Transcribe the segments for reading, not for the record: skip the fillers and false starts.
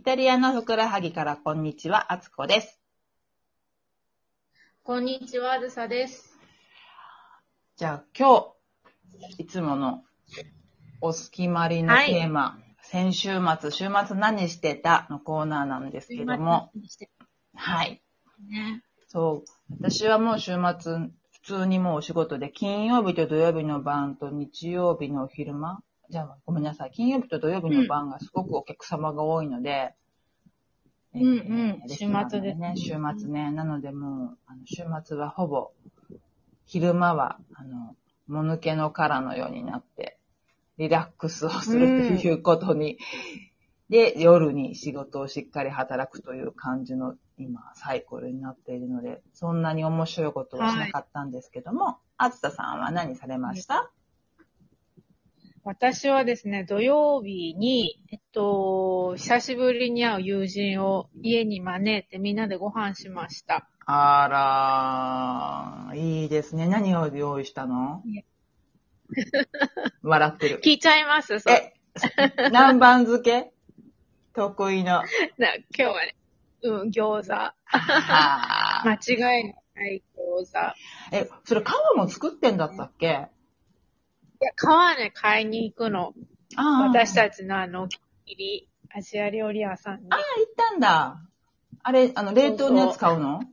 イタリアのふくらはぎからこんにちは、あつこです。 こんにちは、あずさです。 じゃあ今日、いつものお決まりのテーマ、先週末、週末何してたのコーナーなんですけども、はい。 ね、 そう、私はもう週末、普通にもうお仕事で、金曜日と土曜日の晩と日曜日のお昼間、じゃあごめんなさい、金曜日と土曜日の晩がすごくお客様が多いので、 週末ですね。週末ね。なのでもう、週末はほぼ、昼間は、もぬけの殻のようになって、リラックスをするということに、で、夜に仕事をしっかり働くという感じの、今、サイクルになっているので、そんなに面白いことはしなかったんですけども、あつたさんは何されました？ 私はですね、土曜日に、久しぶりに会う友人を家に招いてみんなでご飯しました。 あら、いいですね。何を用意したの？笑ってる。 聞いちゃいますそれ。 何番漬け？得意の。 今日はね、餃子。間違いない餃子。 それ皮も作ってんだったっけ？ いや、皮ね、買いに行くの。私たちのお気に入り、アジア料理屋さんに。 行ったんだ。あれ、冷凍のやつ買うの？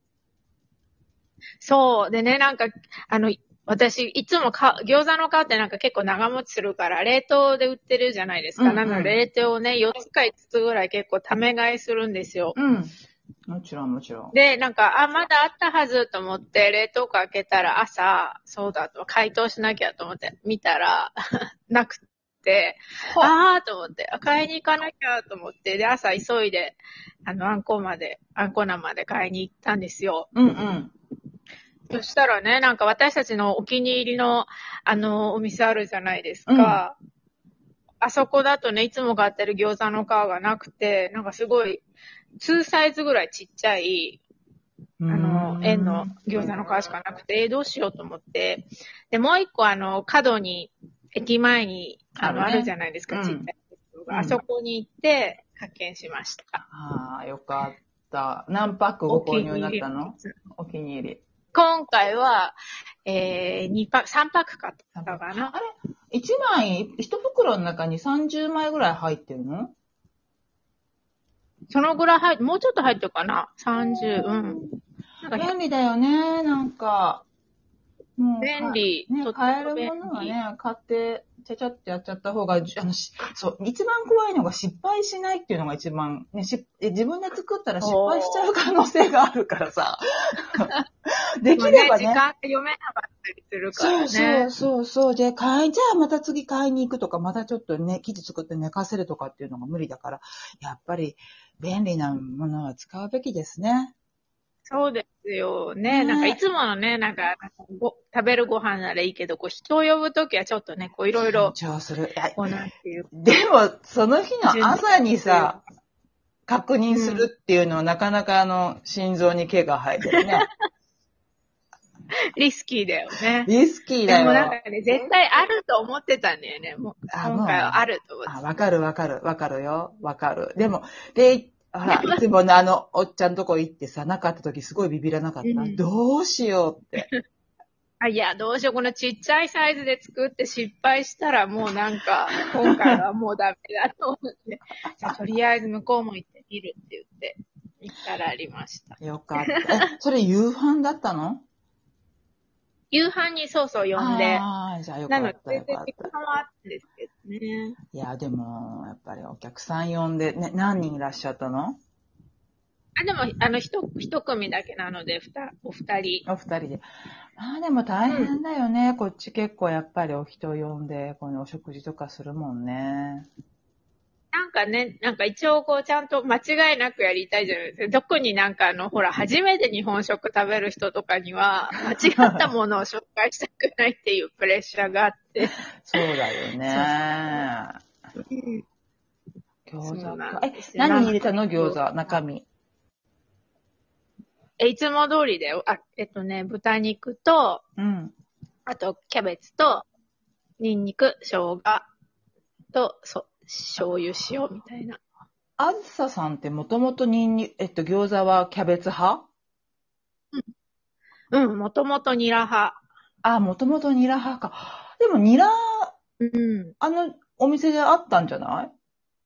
そう。でね、私、いつも餃子の皮って結構長持ちするから、冷凍で売ってるじゃないですか。なので、冷凍をね、4つか5つぐらい結構ため買いするんですよ。 もちろん。 で、まだあったはずと思って、冷凍庫開けたら朝、そうだと、解凍しなきゃと思って見たら、なくて、と思って、買いに行かなきゃと思って、で、朝急いで、あんこ生まで買いに行ったんですよ。そしたらね、私たちのお気に入りの、お店あるじゃないですか。あそこだとね、いつも買ってる餃子の皮がなくて、すごい、2サイズぐらいちっちゃい、円の餃子の皮しかなくて、どうしようと思って。で、もう一個角に、駅前に、あるじゃないですか、ちっちゃいあそこに行って、発見しました。 よかった。何パックご購入になったの？お気に入り。 今回は、3パック買ったかな。 あれ ?1 枚、1袋の中に30枚ぐらい入ってるの？ そのぐらいもうちょっと入ってるかな ?30、 便利だよね、もう便利。 ね、買えるものはね、買って、ちゃちゃってやっちゃった方が、そう、一番怖いのが失敗しないっていうのが一番、ね、自分で作ったら失敗しちゃう可能性があるからさ。できればね。 時間が読めなかったりするからね。 そう。じゃあまた次買いに行くとか、またちょっとね、生地作って寝かせるとかっていうのが無理だから、やっぱり便利なものは使うべきですね。 そうですよね。いつものね、食べるご飯ならいいけど、人を呼ぶときはちょっとね、いろいろ。 緊張する。 なんていう。 でも、その日の朝にさ、確認するっていうのはなかなか心臓に毛が生えてるね。 リスキーだよね。 リスキーだよ。 でもね、絶対あると思ってたんだよね。もう、今回はあると思ってた。 わかるよ。わかる。でも、ほら、いつものおっちゃんとこ行ってさ、なかった時すごいビビらなかった。どうしようって。 いや、どうしよう。このちっちゃいサイズで作って失敗したらもう今回はもうダメだと思って。じゃあ、とりあえず向こうも行ってみるって言って、行ったらありました。 よかった。それ夕飯だったの？ 夕飯に呼んで。 じゃあよかった。なので、 全然時間はあったんですけどね。 いや、でも、やっぱりお客さん呼んで、ね、何人いらっしゃったの？ でも、一組だけなので、お二人。 お二人で。でも大変だよね。こっち結構やっぱりお人呼んで、このお食事とかするもんね。 一応ちゃんと間違いなくやりたいじゃないですか。特にほら、初めて日本食食べる人とかには、間違ったものを紹介したくないっていうプレッシャーがあって。 そうだよね。餃子か。何に入れたの？餃子、中身。 いつも通りだよ。豚肉と、あと、キャベツと、ニンニク、生姜と、醤油、塩みたいな。 あずささんってもともと餃子はキャベツ派？ うん、もともとニラ派。 あ、もともとニラ派か。でもニラ、 うん。 お店であったんじゃない？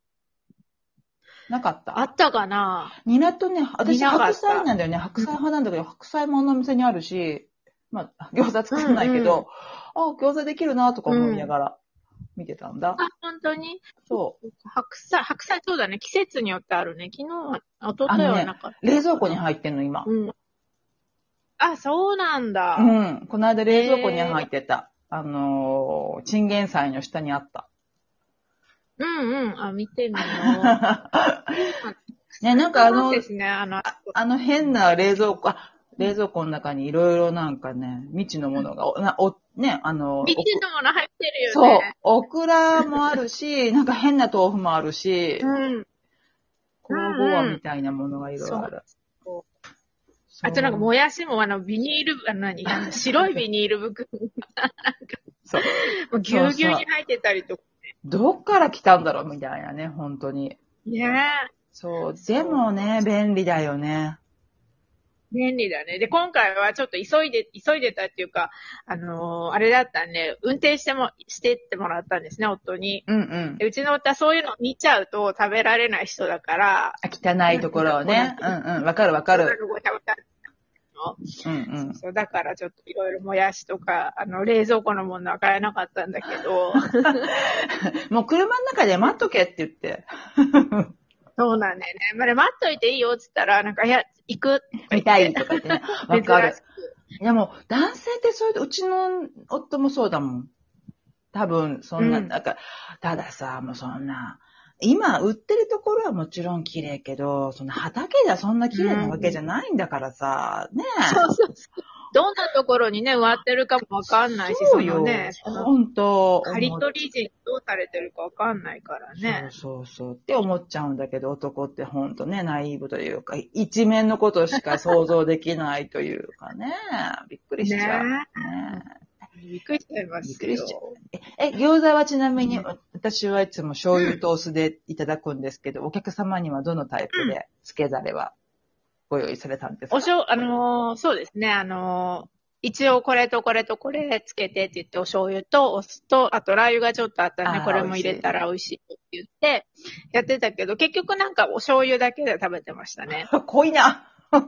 なかった？ あったかな？ ニラとね、私白見なかった。 菜なんだよね。白菜派なんだけど、白菜もあのお店にあるし、まあ、餃子作ってないけうんうん。 ど、餃子できるなとか思いながら見てたんだ。 あ、本当に？ そう。 白菜そうだね。季節によってあるね。昨日は、一昨日はなかった冷蔵庫にかな。 入ってんの、今。 うん。あ、そうなんうだ。 ん。この間冷蔵庫に入っええてた。チンゲン菜の下にあった。 うんうん。あ、見てみよう。 ね、なんかそうですね。 変な冷蔵庫、冷蔵庫の中にいろいろなんかね、未知のものが、ね、 ビビのもの入ってるよそう、 ね。 オクラもあるし、なんか変な豆腐もあるし、 うん。うんゴーゴワうん。 みたいなものがいろいろそう。 ある。 あとなんか、 そう。 もやしもビニール、白いビニール袋が、 そう。 もうぎゅうぎゅうそうそう。 に入ってたりとか。 どっから来たんだろうみたいなね、本当に。 ねえ。 そう。でもそう。 ね、便利だよね。 便利だね。で、今回はちょっと急いでたっていうか、あれだったんで、運転してってもらったんですね、夫に。 うんうん。 でうちの夫はそういうの見ちゃうと食べられない人だから、 汚いところをね。 同じ、 うんうん。わかるわかる。 ごちゃごちゃの。 うんうん。 そうそう。だからちょっといろいろもやしとか、冷蔵庫のものは買えなかったんだけど。 もう車の中で待っとけって言って。 そうなんだよね。まあ、待っといていいよって言ったら、いや、行くとか言見たいって。 とか言ってね。わ珍かる。 しく。 でも、男性ってそういう、うちの夫もそうだもん。多分、そんな、 うん。 なんか、たださ、もうそんな、今売ってるところはもちろん綺麗けど、その畑じゃそんな綺麗なわけじゃないんだからさ、ねそうそうそう。どんなところにね、植わってるかもわかんないし、 そうよ。ほんと、 刈り取り時どうされてるかわかんないからそうね。 そうそうって思っちゃうんだけど、男ってほんとね、ナイーブというか、一面のことしか想像できないというかね、びっくりしちゃう。 ねねえ。びっくりしちゃいまびっすくりしちゃう。 よ。 餃子はちなみに、 うん。 私はいつも醤油とお酢でいただくんですけど、お客様にはどのタイプで、付けざれはご用意されたんですか？ そうですね、一応これとこれとこれつけてって言って、お醤油とお酢と、あとラー油がちょっとあったんで、こああ、 れも入れ美味しい。 たら美味しいって言って、やってたけど、結局なんかお醤油だけで食べてましたね。 濃いな。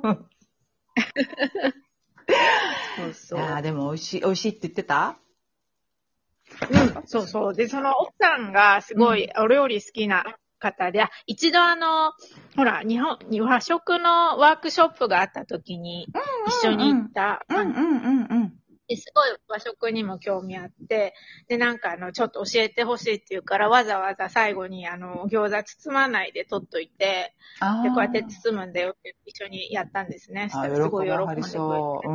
そういやそーでも美味しいって言ってた？ う。うん、そうそう。で、その奥さんがすうん。 ごいお料理好きな方で、一度ほら、和食のワークショップがあった時に一緒に行っうんうん。 た、 うんうんうんうん。 ですごい和食にも興味あって、で、なんかちょっと教えてほしいって言うから、わざわざ最後に餃子包まないで取っといて、で、こうやってあ包むんだよって一緒にやったんですね。そしあ、 たらすごい喜ばはり喜んでくれそう。 て。 うん。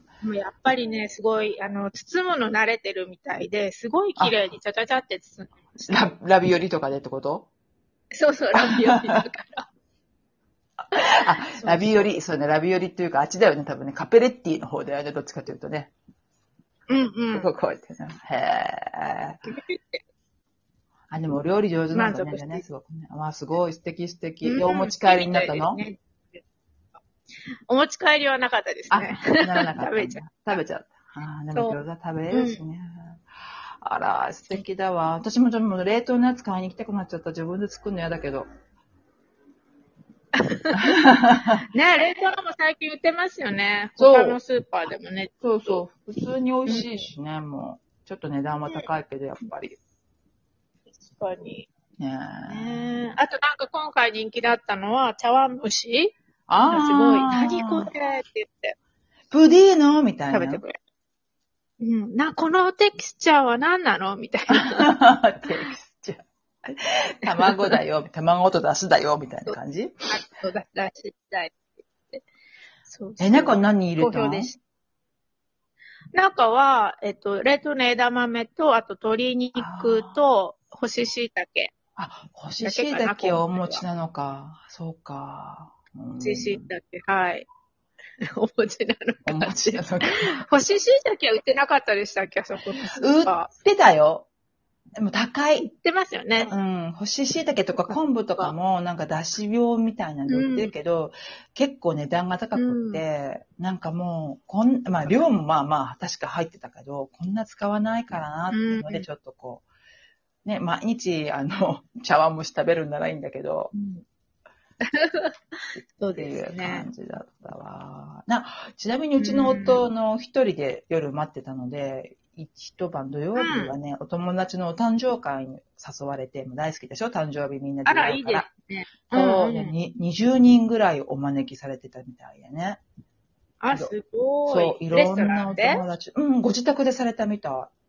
もうやっぱりね、すごい、包むの慣れてるみたいで、すごい綺麗あ、 にちゃちゃちゃって包んでました。 ラビオリとかでってこと？ そうそう、ラビオリだから。 あ、 そうそう。 ラビオリ、そうね、ラビオリっていうか、あっちだよね、多分ね、カペレッティの方だよね、どっちかというとね。 うんうん。 こうやってね。へえ。あ、でもお料理上手なんだね、じゃあね、 満足して。 すごくね。まあ、すごい素敵素敵。で、お持うん、好ち帰りにきみたいなったの？ ですね。お持ち帰りはなかったですあ、 ね。 ならなかっ食べちゃったんだ。食べちゃった。ああ、でもそ餃子食べれう。 るしね。あら、素敵だわ。私もちょっともう冷凍のやつ買いに行きたくなっちゃった。自分で作るの嫌だけど。 ね、冷凍のも最近売ってますよね。 そう。 他のスーパーでもね。 そうそう。普通に美味しいうん。 しね、もう。ちょっと値段は高いけど、やっぱり。 確かに。 ねえ。 ねあとなんか今回人気だったのは茶碗蒸しがすごい、何これあって言ってー、プディーノみたいな。 食べてくれ。うん。このテクスチャーは何なのみたいな。 テクスチャー。卵だよ、卵と出汁だよ、みたいな感じ？ あと出したいって言って。そう中そう。 何入れ好たん？ 評でした。中は、冷凍の枝豆と、あと鶏肉あと、干し椎茸あ。あ、干し椎だけかな、 茸をお今回は。 持ちなのか。そうか。う干し椎ん。 茸、はい。お持ちなのお持かって。 ちなのか。 干し椎茸は売ってなかったでしたっけあそこのスー売っパてたよ。 でも高い。 売ってますよね。 うん。干し椎茸とか昆布とかも、なんかだし用みたいなの売ってるけど、結構値段が高くって、なんかもう、まあ量もまあまあ確か入ってたけど、こんな使わないからなっていうので、ちょっとこう、ね、毎日、茶碗蒸し食べるんならいいんだけど、 そうっていうですね。 感じだったわ。ちなみにうちの夫の一人で夜待ってたので、一晩土曜日はね、お友達のお誕生会に誘われて、もう大好きでしょ誕生日みんなであら、いいで祝うから。 すね。 そう、で20人ぐらいお招きされてたみたいでね。 あ、すごい。 そう、いレストろんなおランで友達。ご自宅でされたみたい。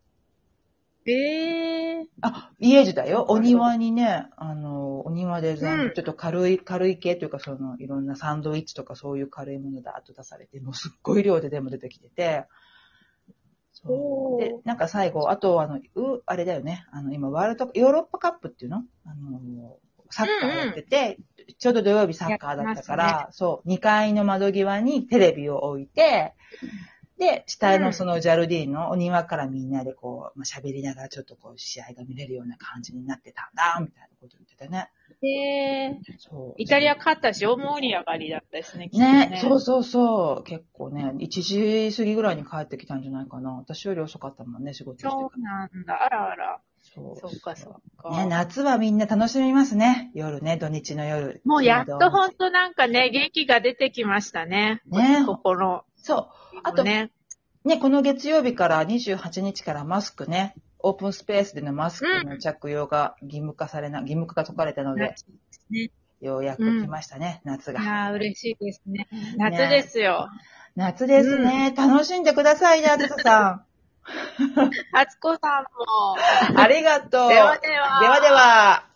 家路だよ。お庭にね、お庭でちょっと軽い系というか、いろんなサンドイッチとかそういう軽いものだと出されて、もうすっごい量で出てきてて、そう。で、なんか最後、あと、あれだよね、今、ヨーロッパカップっていうのサッカーやってて、ちょうど土曜日サッカーだったから、そう、2階の窓際にテレビを置いて、で、下のそのジャルディーのお庭からみんなでこう、喋りながらちょっとこう試合が見れるような感じになってたんだ、みたいなこと言ってたね。 そう。イタリア勝ったし、大盛り上がりだったですね、 ね、そう。結構ね、1時過ぎぐらいに帰ってきたんじゃないかな。私より遅かったもんね、仕事してから。 そうなんだ。あらあら。 そうか。 ね、夏はみんな楽しみますね。夜ね、土日の夜。 もうやっとほんとなんかね、元気が出てきましたね。 ね。 ここの。 そう。あとね、この月曜日から28日からマスクね、オープンスペースでのマスクの着用が義務化が解かれたので、ようやく来ましたね、夏が。 いやー、嬉しいですね。夏ですよ。 夏ですね。楽しんでくださいね、あつこさん。 あつこさんも。 ありがとう。 ではでは。 ではでは。